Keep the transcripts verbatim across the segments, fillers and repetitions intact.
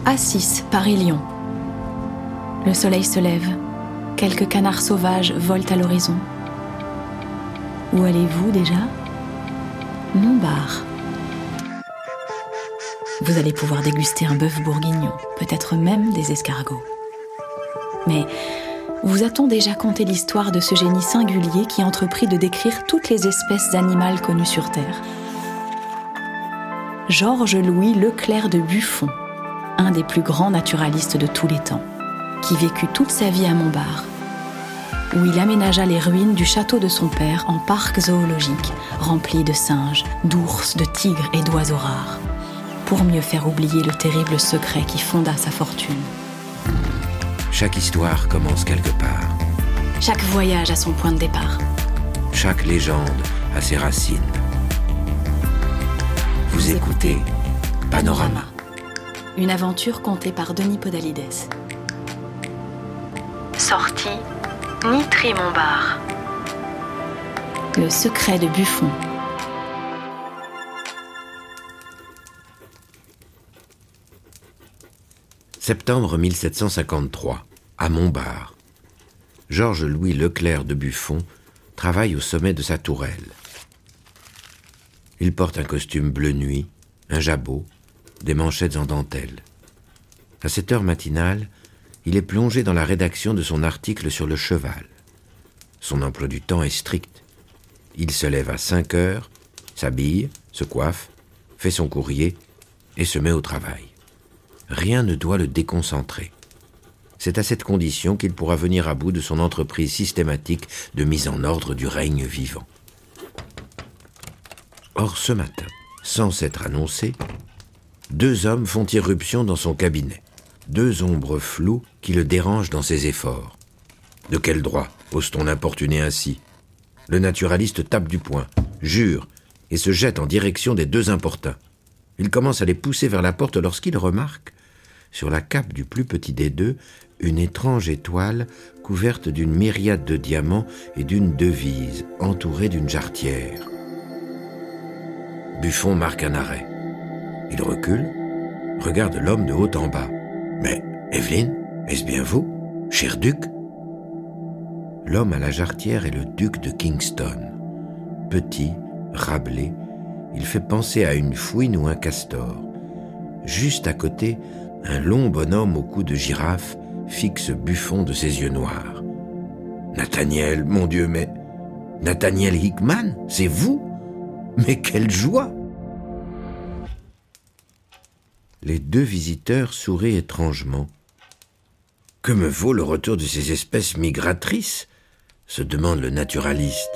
Assis, Paris-Lyon. Le soleil se lève. Quelques canards sauvages volent à l'horizon. Où allez-vous déjà ? Montbard. Vous allez pouvoir déguster un bœuf bourguignon, peut-être même des escargots. Mais vous a-t-on déjà conté l'histoire de ce génie singulier qui entreprit de décrire toutes les espèces animales connues sur Terre ? Georges-Louis Leclerc de Buffon, un des plus grands naturalistes de tous les temps, qui vécut toute sa vie à Montbard, où il aménagea les ruines du château de son père en parc zoologique, rempli de singes, d'ours, de tigres et d'oiseaux rares, pour mieux faire oublier le terrible secret qui fonda sa fortune. Chaque histoire commence quelque part. Chaque voyage a son point de départ. Chaque légende a ses racines. Vous, Vous écoutez, écoutez Panorama. Panorama. Une aventure contée par Denis Podalides. Sortie Nitry Montbard. Le secret de Buffon. Septembre mille sept cent cinquante-trois, à Montbard. Georges-Louis Leclerc de Buffon travaille au sommet de sa tourelle. Il porte un costume bleu nuit, un jabot, des manchettes en dentelle. À cette heure matinale, il est plongé dans la rédaction de son article sur le cheval. Son emploi du temps est strict. Il se lève à cinq heures, s'habille, se coiffe, fait son courrier et se met au travail. Rien ne doit le déconcentrer. C'est à cette condition qu'il pourra venir à bout de son entreprise systématique de mise en ordre du règne vivant. Or, ce matin, sans s'être annoncé, deux hommes font irruption dans son cabinet. Deux ombres floues qui le dérangent dans ses efforts. De quel droit ose-t-on l'importuner ainsi ? Le naturaliste tape du poing, jure, et se jette en direction des deux importuns. Il commence à les pousser vers la porte lorsqu'il remarque, sur la cape du plus petit des deux, une étrange étoile couverte d'une myriade de diamants et d'une devise entourée d'une jarretière. Buffon marque un arrêt. Il recule, regarde l'homme de haut en bas. « Mais, Evelyne, est-ce bien vous, cher duc ?» L'homme à la jarretière est le duc de Kingston. Petit, râblé, il fait penser à une fouine ou un castor. Juste à côté, un long bonhomme au cou de girafe fixe Buffon de ses yeux noirs. « Nathaniel, mon Dieu, mais... Nathaniel Hickman, c'est vous ? Mais quelle joie !» Les deux visiteurs sourient étrangement. « Que me vaut le retour de ces espèces migratrices ?» se demande le naturaliste.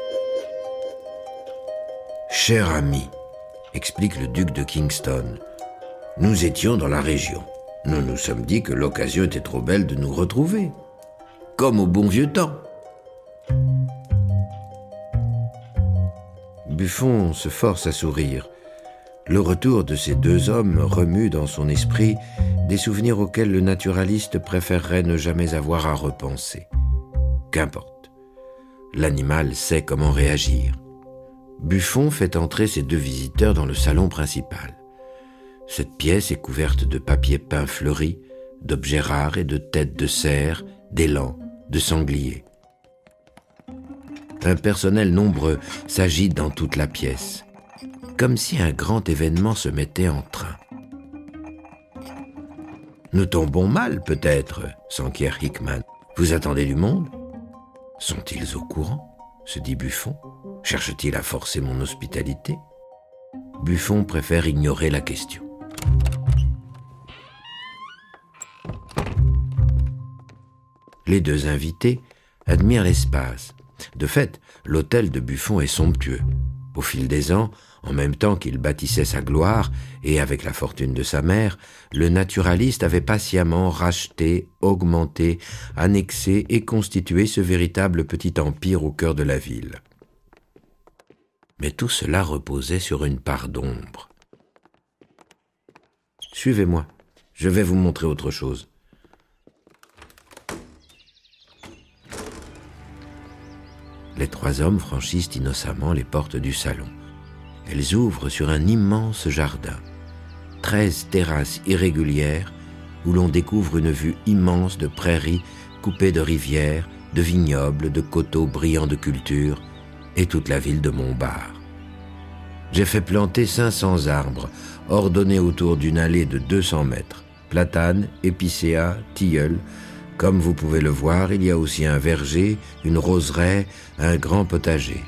« Cher ami, » explique le duc de Kingston, « nous étions dans la région. Nous nous sommes dit que l'occasion était trop belle de nous retrouver. Comme au bon vieux temps. » Buffon se force à sourire. Le retour de ces deux hommes remue dans son esprit des souvenirs auxquels le naturaliste préférerait ne jamais avoir à repenser. Qu'importe. L'animal sait comment réagir. Buffon fait entrer ses deux visiteurs dans le salon principal. Cette pièce est couverte de papier peint fleuri, d'objets rares et de têtes de cerfs, d'élans, de sangliers. Un personnel nombreux s'agite dans toute la pièce, comme si un grand événement se mettait en train. « Nous tombons mal, peut-être, » s'enquiert Hickman. « Vous attendez du monde ?»« Sont-ils au courant ?» se dit Buffon. « Cherche-t-il à forcer mon hospitalité ?» Buffon préfère ignorer la question. Les deux invités admirent l'espace. De fait, l'hôtel de Buffon est somptueux. Au fil des ans, en même temps qu'il bâtissait sa gloire, et avec la fortune de sa mère, le naturaliste avait patiemment racheté, augmenté, annexé et constitué ce véritable petit empire au cœur de la ville. Mais tout cela reposait sur une part d'ombre. « Suivez-moi, je vais vous montrer autre chose. » Les trois hommes franchissent innocemment les portes du salon. Elles ouvrent sur un immense jardin. Treize terrasses irrégulières où l'on découvre une vue immense de prairies coupées de rivières, de vignobles, de coteaux brillants de culture, et toute la ville de Montbard. J'ai fait planter cinq cents arbres, ordonnés autour d'une allée de deux cents mètres. Platanes, épicéas, tilleuls. Comme vous pouvez le voir, il y a aussi un verger, une roseraie, un grand potager.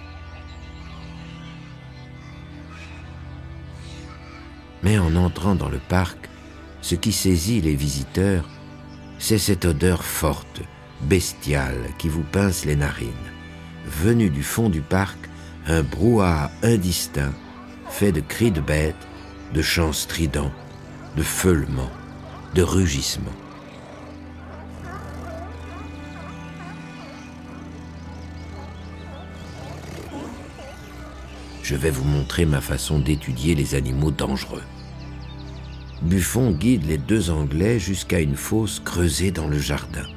Mais en entrant dans le parc, ce qui saisit les visiteurs, c'est cette odeur forte, bestiale, qui vous pince les narines. Venu du fond du parc, un brouhaha indistinct, fait de cris de bêtes, de chants stridents, de feulements, de rugissements. Je vais vous montrer ma façon d'étudier les animaux dangereux. Buffon guide les deux Anglais jusqu'à une fosse creusée dans le jardin.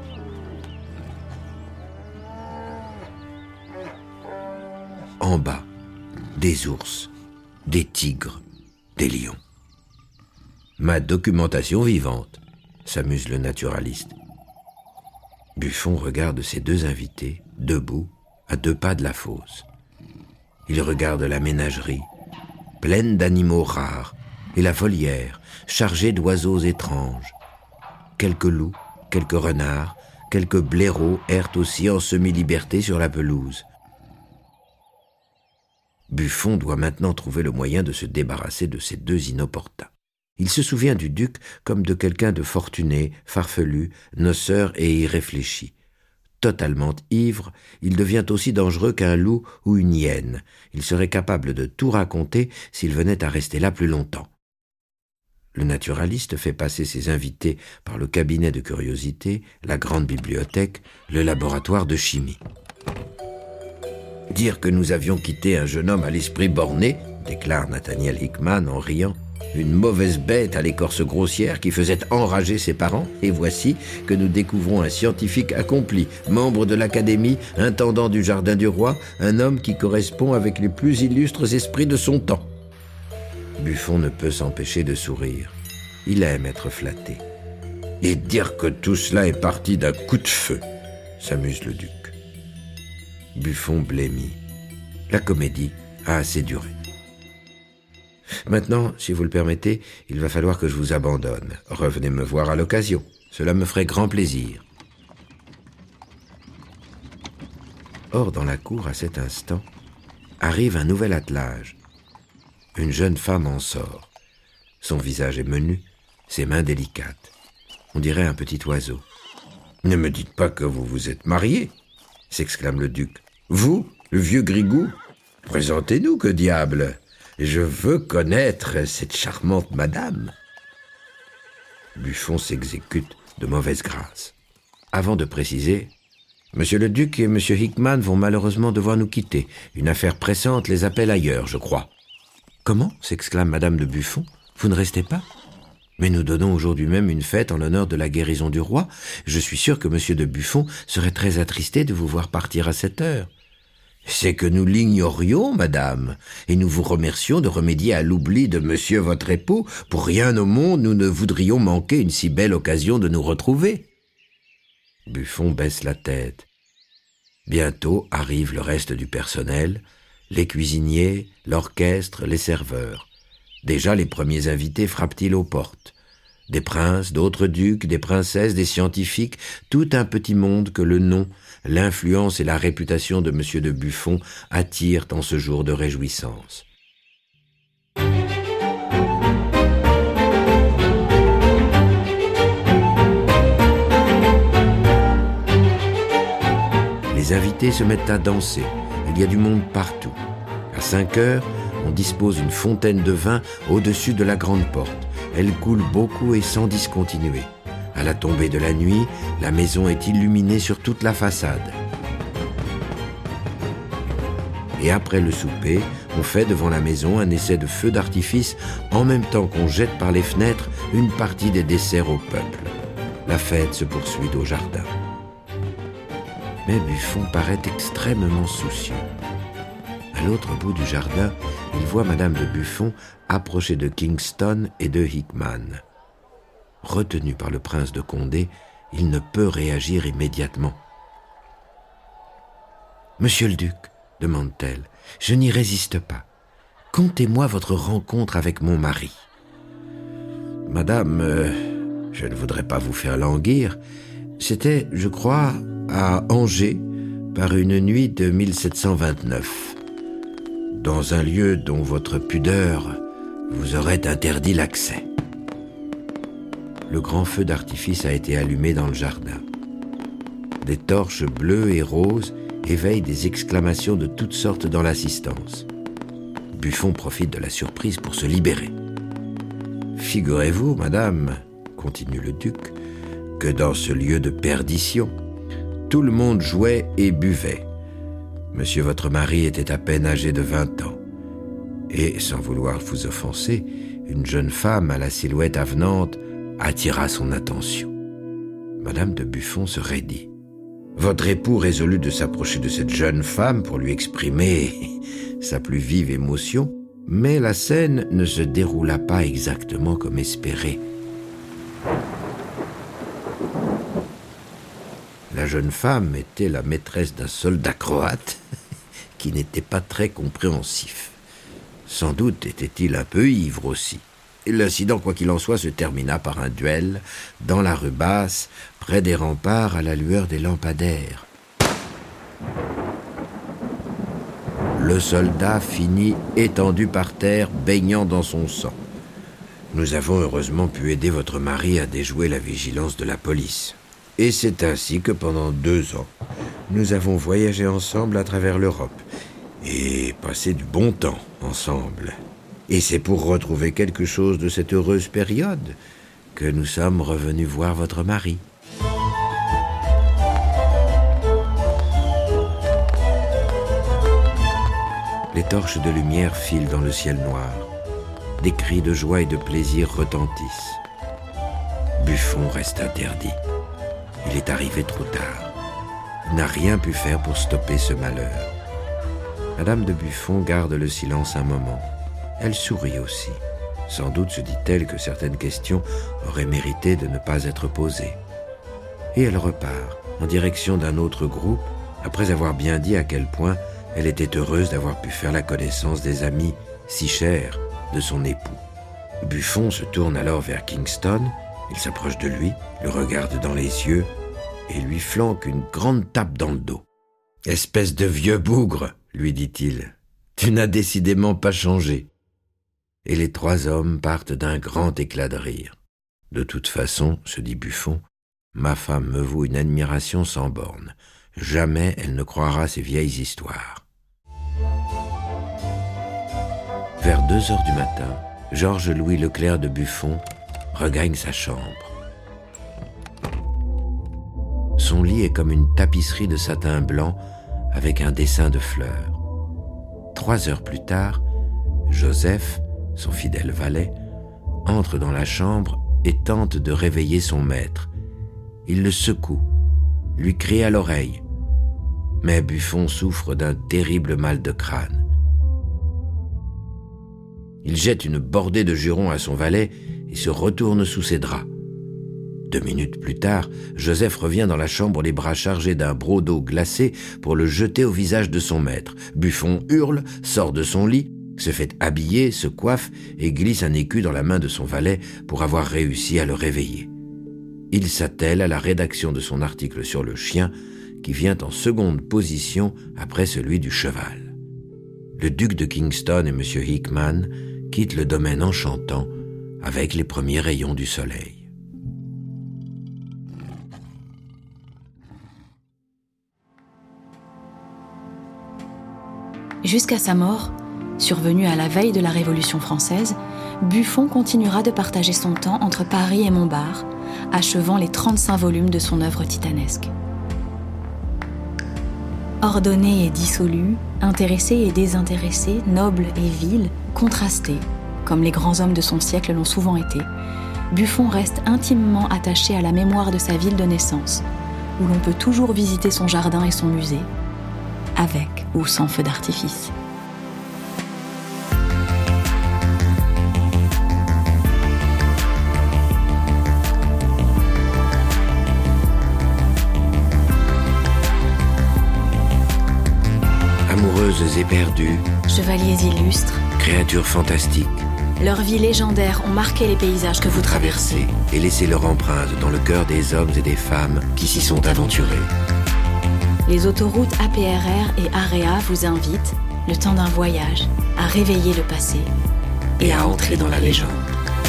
En bas, des ours, des tigres, des lions. Ma documentation vivante, s'amuse le naturaliste. Buffon regarde ses deux invités, debout, à deux pas de la fosse. Il regarde la ménagerie, pleine d'animaux rares, et la volière, chargée d'oiseaux étranges. Quelques loups, quelques renards, quelques blaireaux errent aussi en semi-liberté sur la pelouse. Buffon doit maintenant trouver le moyen de se débarrasser de ces deux inopportuns. Il se souvient du duc comme de quelqu'un de fortuné, farfelu, noceur et irréfléchi. Totalement ivre, il devient aussi dangereux qu'un loup ou une hyène. Il serait capable de tout raconter s'il venait à rester là plus longtemps. Le naturaliste fait passer ses invités par le cabinet de curiosité, la grande bibliothèque, le laboratoire de chimie. Dire que nous avions quitté un jeune homme à l'esprit borné, déclare Nathaniel Hickman en riant, une mauvaise bête à l'écorce grossière qui faisait enrager ses parents, et voici que nous découvrons un scientifique accompli, membre de l'Académie, intendant du Jardin du Roi, un homme qui correspond avec les plus illustres esprits de son temps. Buffon ne peut s'empêcher de sourire. Il aime être flatté. Et dire que tout cela est parti d'un coup de feu, s'amuse le duc. Buffon blêmit. La comédie a assez duré. Maintenant, si vous le permettez, il va falloir que je vous abandonne. Revenez me voir à l'occasion. Cela me ferait grand plaisir. Or, dans la cour, à cet instant, arrive un nouvel attelage. Une jeune femme en sort. Son visage est menu, ses mains délicates. On dirait un petit oiseau. « Ne me dites pas que vous vous êtes marié !» s'exclame le duc. « Vous, le vieux Grigou ? Présentez-nous, que diable ! Je veux connaître cette charmante madame. » Buffon s'exécute de mauvaise grâce. Avant de préciser, « Monsieur le duc et monsieur Hickman vont malheureusement devoir nous quitter. Une affaire pressante les appelle ailleurs, je crois. »« Comment ?» s'exclame madame de Buffon. « Vous ne restez pas ? Mais nous donnons aujourd'hui même une fête en l'honneur de la guérison du roi. Je suis sûr que monsieur de Buffon serait très attristé de vous voir partir à cette heure. » « C'est que nous l'ignorions, madame, et nous vous remercions de remédier à l'oubli de monsieur votre époux. Pour rien au monde, nous ne voudrions manquer une si belle occasion de nous retrouver. » Buffon baisse la tête. Bientôt arrive le reste du personnel, les cuisiniers, l'orchestre, les serveurs. Déjà les premiers invités frappent-ils aux portes. Des princes, d'autres ducs, des princesses, des scientifiques, tout un petit monde que le nom, l'influence et la réputation de monsieur de Buffon attirent en ce jour de réjouissance. Les invités se mettent à danser. Il y a du monde partout. À cinq heures, on dispose une fontaine de vin au-dessus de la grande porte. Elle coule beaucoup et sans discontinuer. À la tombée de la nuit, la maison est illuminée sur toute la façade. Et après le souper, on fait devant la maison un essai de feu d'artifice en même temps qu'on jette par les fenêtres une partie des desserts au peuple. La fête se poursuit au jardin. Mais Buffon paraît extrêmement soucieux. À l'autre bout du jardin, il voit madame de Buffon approcher de Kingston et de Hickman. retenu par le prince de Condé, il ne peut réagir immédiatement. « Monsieur le duc, demande-t-elle, je n'y résiste pas. Contez-moi votre rencontre avec mon mari. »« Madame, euh, je ne voudrais pas vous faire languir. C'était, je crois, à Angers, par une nuit de mille sept cent vingt-neuf, dans un lieu dont votre pudeur vous aurait interdit l'accès. » Le grand feu d'artifice a été allumé dans le jardin. Des torches bleues et roses éveillent des exclamations de toutes sortes dans l'assistance. Buffon profite de la surprise pour se libérer. « Figurez-vous, madame, continue le duc, que dans ce lieu de perdition, tout le monde jouait et buvait. Monsieur votre mari était à peine âgé de vingt ans. Et, sans vouloir vous offenser, une jeune femme à la silhouette avenante attira son attention. Madame de Buffon se raidit. Votre époux résolut de s'approcher de cette jeune femme pour lui exprimer sa plus vive émotion, mais la scène ne se déroula pas exactement comme espéré. La jeune femme était la maîtresse d'un soldat croate qui n'était pas très compréhensif. Sans doute était-il un peu ivre aussi. Et l'incident, quoi qu'il en soit, se termina par un duel dans la rue Basse, près des remparts à la lueur des lampadaires. Le soldat finit étendu par terre, baignant dans son sang. Nous avons heureusement pu aider votre mari à déjouer la vigilance de la police. Et c'est ainsi que pendant deux ans, nous avons voyagé ensemble à travers l'Europe et passé du bon temps ensemble. Et c'est pour retrouver quelque chose de cette heureuse période que nous sommes revenus voir votre mari. Les torches de lumière filent dans le ciel noir. Des cris de joie et de plaisir retentissent. Buffon reste interdit. Il est arrivé trop tard. Il n'a rien pu faire pour stopper ce malheur. Madame de Buffon garde le silence un moment. Elle sourit aussi. Sans doute se dit-elle que certaines questions auraient mérité de ne pas être posées. Et elle repart en direction d'un autre groupe, après avoir bien dit à quel point elle était heureuse d'avoir pu faire la connaissance des amis si chers de son époux. Buffon se tourne alors vers Kingston, il s'approche de lui, le regarde dans les yeux et lui flanque une grande tape dans le dos. « Espèce de vieux bougre !» lui dit-il. « Tu n'as décidément pas changé. » Et les trois hommes partent d'un grand éclat de rire. « De toute façon, se dit Buffon, ma femme me voue une admiration sans borne. Jamais elle ne croira ces vieilles histoires. » Vers deux heures du matin, Georges-Louis Leclerc de Buffon regagne sa chambre. Son lit est comme une tapisserie de satin blanc avec un dessin de fleurs. Trois heures plus tard, Joseph, son fidèle valet, entre dans la chambre et tente de réveiller son maître. Il le secoue, lui crie à l'oreille. Mais Buffon souffre d'un terrible mal de crâne. Il jette une bordée de jurons à son valet et se retourne sous ses draps. Deux minutes plus tard, Joseph revient dans la chambre les bras chargés d'un broc d'eau glacé pour le jeter au visage de son maître. Buffon hurle, sort de son lit, se fait habiller, se coiffe et glisse un écu dans la main de son valet pour avoir réussi à le réveiller. Il s'attelle à la rédaction de son article sur le chien qui vient en seconde position après celui du cheval. Le duc de Kingston et M. Hickman quittent le domaine en chantant avec les premiers rayons du soleil. Jusqu'à sa mort, survenue à la veille de la Révolution française, Buffon continuera de partager son temps entre Paris et Montbard, achevant les trente-cinq volumes de son œuvre titanesque. Ordonné et dissolu, intéressé et désintéressé, noble et vil, contrasté, comme les grands hommes de son siècle l'ont souvent été, Buffon reste intimement attaché à la mémoire de sa ville de naissance, où l'on peut toujours visiter son jardin et son musée, avec ou sans feu d'artifice. Heureuses et perdues, chevaliers illustres, créatures fantastiques, leurs vies légendaires ont marqué les paysages que vous traversez et laissé leur empreinte dans le cœur des hommes et des femmes qui s'y sont aventurés. Les autoroutes A P R R et AREA vous invitent, le temps d'un voyage, à réveiller le passé et, et à, à entrer dans, dans la légende. légende.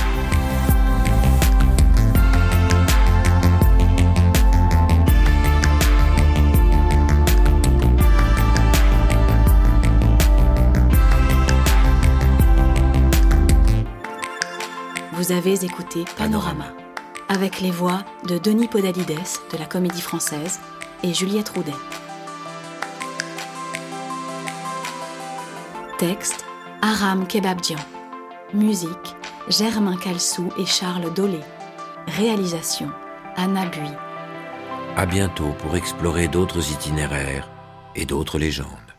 Vous avez écouté Panorama, avec les voix de Denis Podalides de la Comédie Française et Juliette Roudet. Texte, Aram Kebabjian. Musique, Germain Calsou et Charles Dolé. Réalisation, Anna Bui. À bientôt pour explorer d'autres itinéraires et d'autres légendes.